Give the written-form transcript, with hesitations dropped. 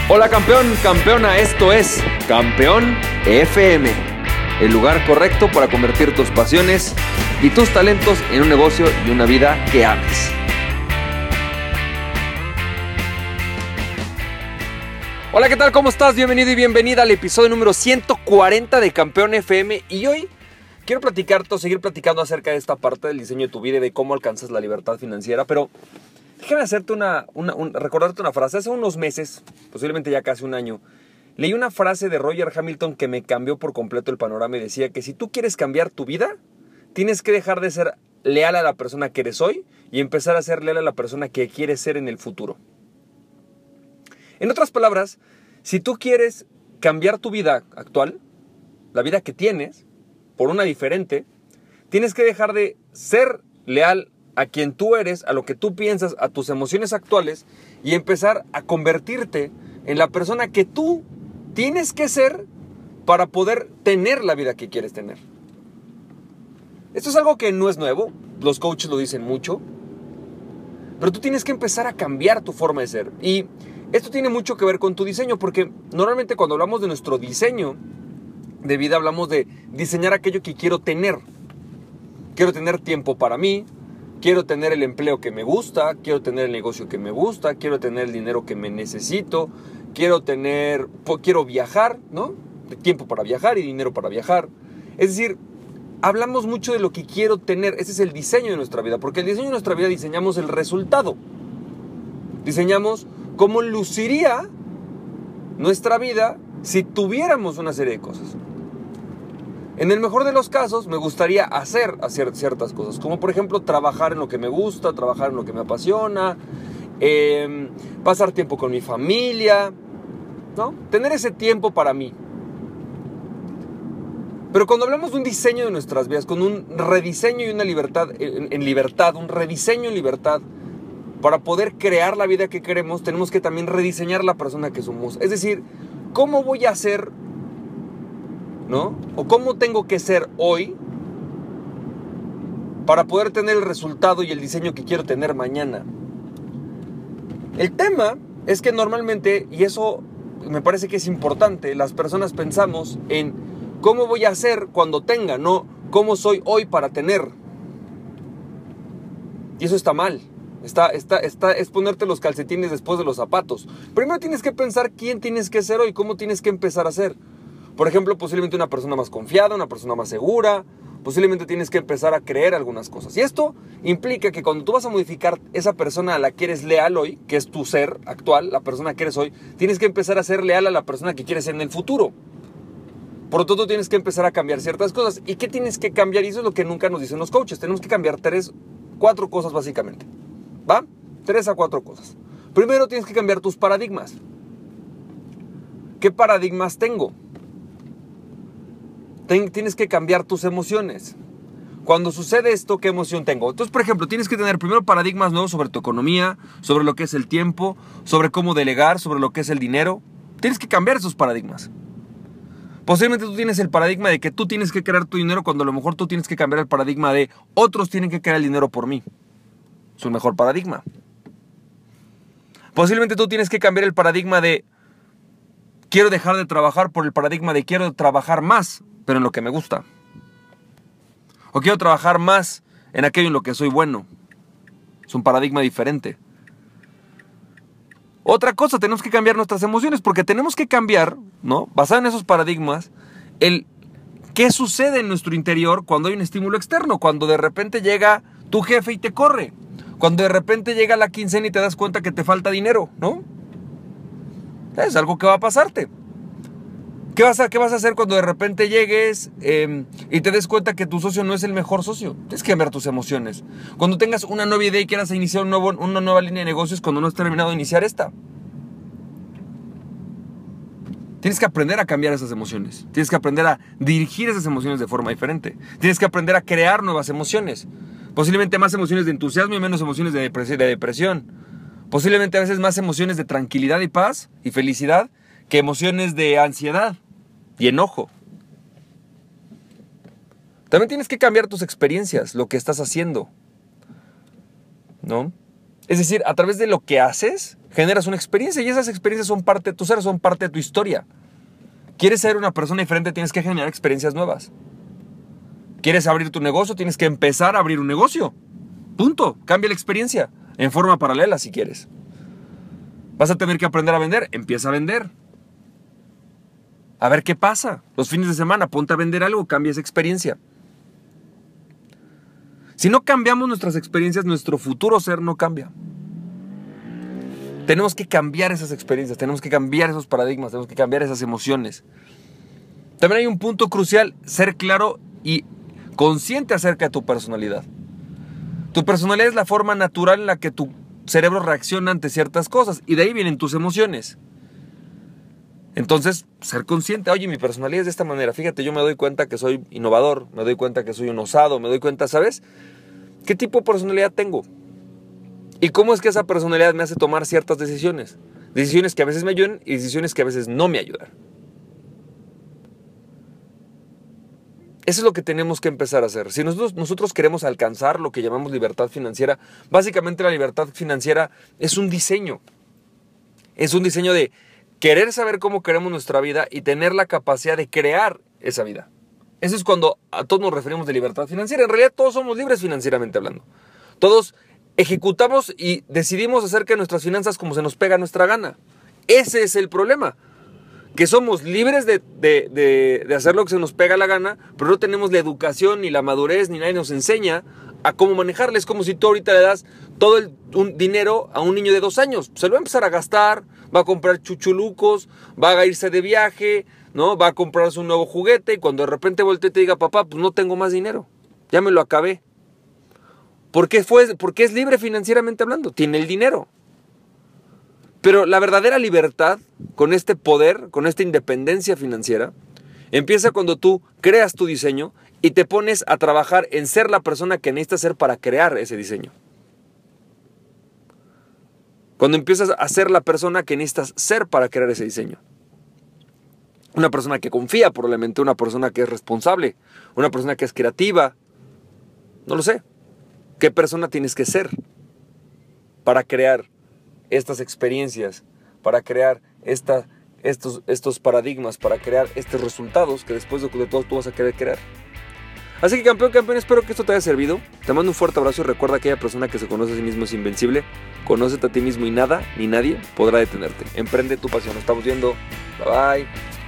Hola campeón, campeona, esto es Campeón FM, el lugar correcto para convertir tus pasiones y tus talentos en un negocio y una vida que ames. Hola, ¿qué tal? ¿Cómo estás? Bienvenido y bienvenida al episodio número 140 de Campeón FM. Y hoy quiero seguir platicando acerca de esta parte del diseño de tu vida y de cómo alcanzas la libertad financiera. Pero déjame hacerte recordarte una frase. Hace unos meses, posiblemente ya casi un año, leí una frase de Roger Hamilton que me cambió por completo el panorama y decía que si tú quieres cambiar tu vida, tienes que dejar de ser leal a la persona que eres hoy y empezar a ser leal a la persona que quieres ser en el futuro. En otras palabras, si tú quieres cambiar tu vida actual, la vida que tienes, por una diferente, tienes que dejar de ser leal a quien tú eres, a lo que tú piensas, a tus emociones actuales y empezar a convertirte en la persona que tú tienes que ser para poder tener la vida que quieres tener. Esto es algo que no es nuevo, los coaches lo dicen mucho, pero tú tienes que empezar a cambiar tu forma de ser. Y esto tiene mucho que ver con tu diseño, porque normalmente cuando hablamos de nuestro diseño de vida, hablamos de diseñar aquello que quiero tener. Quiero tener tiempo para mí, quiero tener el empleo que me gusta, quiero tener el negocio que me gusta, quiero tener el dinero que me necesito, quiero viajar, ¿no? Tiempo para viajar y dinero para viajar. Es decir, hablamos mucho de lo que quiero tener. Ese es el diseño de nuestra vida, porque el diseño de nuestra vida diseñamos el resultado. Diseñamos cómo luciría nuestra vida si tuviéramos una serie de cosas. En el mejor de los casos, me gustaría hacer ciertas cosas, como por ejemplo trabajar en lo que me gusta, trabajar en lo que me apasiona, pasar tiempo con mi familia, ¿no? Tener ese tiempo para mí. Pero cuando hablamos de un diseño de nuestras vidas, con un rediseño y una libertad en libertad, un rediseño en libertad, para poder crear la vida que queremos, tenemos que también rediseñar la persona que somos. Es decir, ¿cómo voy a ser, ¿no? O cómo tengo que ser hoy para poder tener el resultado y el diseño que quiero tener mañana? El tema es que normalmente, y eso me parece que es importante, las personas pensamos en cómo voy a ser cuando tenga, no cómo soy hoy para tener. Y eso está mal. Es ponerte los calcetines después de los zapatos. Primero tienes que pensar quién tienes que ser hoy, cómo tienes que empezar a ser. Por ejemplo, posiblemente una persona más confiada, una persona más segura. Posiblemente tienes que empezar a creer algunas cosas. Y esto implica que cuando tú vas a modificar esa persona a la que eres leal hoy, que es tu ser actual, la persona que eres hoy, tienes que empezar a ser leal a la persona que quieres ser en el futuro. Por lo tanto, tienes que empezar a cambiar ciertas cosas. ¿Y qué tienes que cambiar? Y eso es lo que nunca nos dicen los coaches. Tenemos que cambiar 4 cosas básicamente. ¿Va? 3 a 4 cosas. Primero tienes que cambiar tus paradigmas. ¿Qué paradigmas tengo? Tienes que cambiar tus emociones. Cuando sucede esto, ¿qué emoción tengo? Entonces, por ejemplo, tienes que tener primero paradigmas nuevos sobre tu economía, sobre lo que es el tiempo, sobre cómo delegar, sobre lo que es el dinero. Tienes que cambiar esos paradigmas. Posiblemente tú tienes el paradigma de que tú tienes que crear tu dinero, cuando a lo mejor tú tienes que cambiar el paradigma de otros tienen que crear el dinero por mí. Es un mejor paradigma. Posiblemente tú tienes que cambiar el paradigma de quiero dejar de trabajar por el paradigma de quiero trabajar más, pero en lo que me gusta. O quiero trabajar más en aquello en lo que soy bueno. Es un paradigma diferente. Otra cosa, tenemos que cambiar nuestras emociones, porque tenemos que cambiar, ¿no? Basado en esos paradigmas, el qué sucede en nuestro interior cuando hay un estímulo externo, cuando de repente llega tu jefe y te corre. Cuando de repente llega la quincena y te das cuenta que te falta dinero, ¿no? Es algo que va a pasarte. ¿Qué vas a hacer cuando de repente llegues y te des cuenta que tu socio no es el mejor socio? Tienes que cambiar tus emociones. Cuando tengas una nueva idea y quieras iniciar una nueva línea de negocios cuando no has terminado de iniciar esta. Tienes que aprender a cambiar esas emociones. Tienes que aprender a dirigir esas emociones de forma diferente. Tienes que aprender a crear nuevas emociones. Posiblemente más emociones de entusiasmo y menos emociones de depresión. Posiblemente a veces más emociones de tranquilidad y paz y felicidad que emociones de ansiedad y enojo. También tienes que cambiar tus experiencias, lo que estás haciendo, ¿no? Es decir, a través de lo que haces, generas una experiencia y esas experiencias son parte de tu ser, son parte de tu historia. ¿Quieres ser una persona diferente? Tienes que generar experiencias nuevas. ¿Quieres abrir tu negocio? Tienes que empezar a abrir un negocio. Punto. Cambia la experiencia. En forma paralela si quieres. ¿Vas a tener que aprender a vender? Empieza a vender. A ver qué pasa. Los fines de semana, ponte a vender algo, cambia esa experiencia. Si no cambiamos nuestras experiencias, nuestro futuro ser no cambia. Tenemos que cambiar esas experiencias, tenemos que cambiar esos paradigmas, tenemos que cambiar esas emociones. También hay un punto crucial, ser claro y consciente acerca de tu personalidad. Tu personalidad es la forma natural en la que tu cerebro reacciona ante ciertas cosas y de ahí vienen tus emociones. Entonces, ser consciente, oye, mi personalidad es de esta manera, fíjate, yo me doy cuenta que soy innovador, me doy cuenta que soy un osado, me doy cuenta, ¿sabes? ¿Qué tipo de personalidad tengo? ¿Y cómo es que esa personalidad me hace tomar ciertas decisiones? Decisiones que a veces me ayudan y decisiones que a veces no me ayudan. Eso es lo que tenemos que empezar a hacer. Si nosotros queremos alcanzar lo que llamamos libertad financiera, básicamente la libertad financiera es un diseño. Es un diseño de querer saber cómo queremos nuestra vida y tener la capacidad de crear esa vida. Eso es cuando a todos nos referimos de libertad financiera. En realidad todos somos libres financieramente hablando. Todos ejecutamos y decidimos acerca de nuestras finanzas como se nos pega nuestra gana. Ese es el problema. Que somos libres de hacer lo que se nos pega la gana, pero no tenemos la educación, ni la madurez, ni nadie nos enseña a cómo manejarla. Es como si tú ahorita le das todo un dinero a un niño de 2 años. Se lo va a empezar a gastar, va a comprar chuchulucos, va a irse de viaje, ¿no? Va a comprarse un nuevo juguete y cuando de repente voltee y te diga, papá, pues no tengo más dinero, ya me lo acabé. ¿Por qué porque es libre financieramente hablando? Tiene el dinero. Pero la verdadera libertad, con este poder, con esta independencia financiera, empieza cuando tú creas tu diseño y te pones a trabajar en ser la persona que necesitas ser para crear ese diseño. Cuando empiezas a ser la persona que necesitas ser para crear ese diseño. Una persona que confía probablemente, una persona que es responsable, una persona que es creativa. No lo sé. ¿Qué persona tienes que ser para crear estas experiencias, para crear estos paradigmas, para crear estos resultados que después de todo tú vas a querer crear? Así que campeón, espero que esto te haya servido. Te mando un fuerte abrazo y recuerda que aquella persona que se conoce a sí mismo es invencible. Conócete a ti mismo y nada ni nadie podrá detenerte. Emprende tu pasión. Nos estamos viendo. Bye bye.